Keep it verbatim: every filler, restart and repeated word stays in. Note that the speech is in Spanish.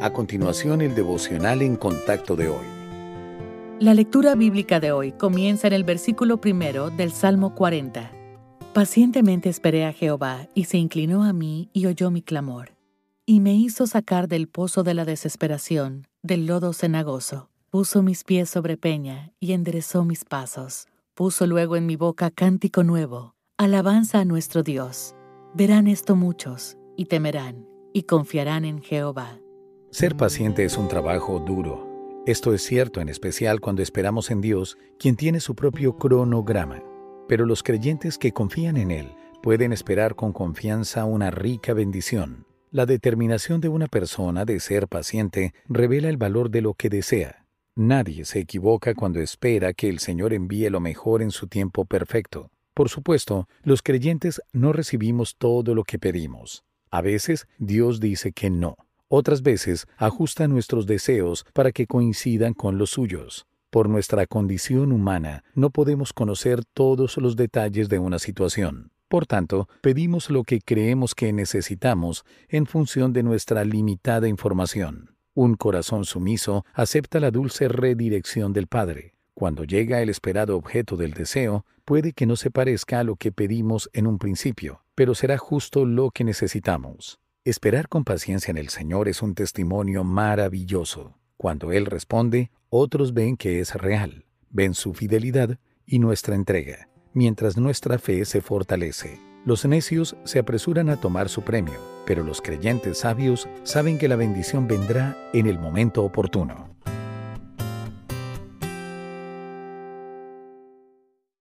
A continuación, el devocional en contacto de hoy. La lectura bíblica de hoy comienza en el versículo primero del Salmo cuarenta. Pacientemente esperé a Jehová, y se inclinó a mí y oyó mi clamor. Y me hizo sacar del pozo de la desesperación, del lodo cenagoso. Puso mis pies sobre peña, y enderezó mis pasos. Puso luego en mi boca cántico nuevo, alabanza a nuestro Dios. Verán esto muchos, y temerán, y confiarán en Jehová. Ser paciente es un trabajo duro. Esto es cierto en especial cuando esperamos en Dios, quien tiene su propio cronograma. Pero los creyentes que confían en Él pueden esperar con confianza una rica bendición. La determinación de una persona de ser paciente revela el valor de lo que desea. Nadie se equivoca cuando espera que el Señor envíe lo mejor en su tiempo perfecto. Por supuesto, los creyentes no recibimos todo lo que pedimos. A veces, Dios dice que no. Otras veces, ajusta nuestros deseos para que coincidan con los suyos. Por nuestra condición humana, no podemos conocer todos los detalles de una situación. Por tanto, pedimos lo que creemos que necesitamos en función de nuestra limitada información. Un corazón sumiso acepta la dulce redirección del Padre. Cuando llega el esperado objeto del deseo, puede que no se parezca a lo que pedimos en un principio, pero será justo lo que necesitamos. Esperar con paciencia en el Señor es un testimonio maravilloso. Cuando Él responde, otros ven que es real, ven su fidelidad y nuestra entrega, mientras nuestra fe se fortalece. Los necios se apresuran a tomar su premio, pero los creyentes sabios saben que la bendición vendrá en el momento oportuno.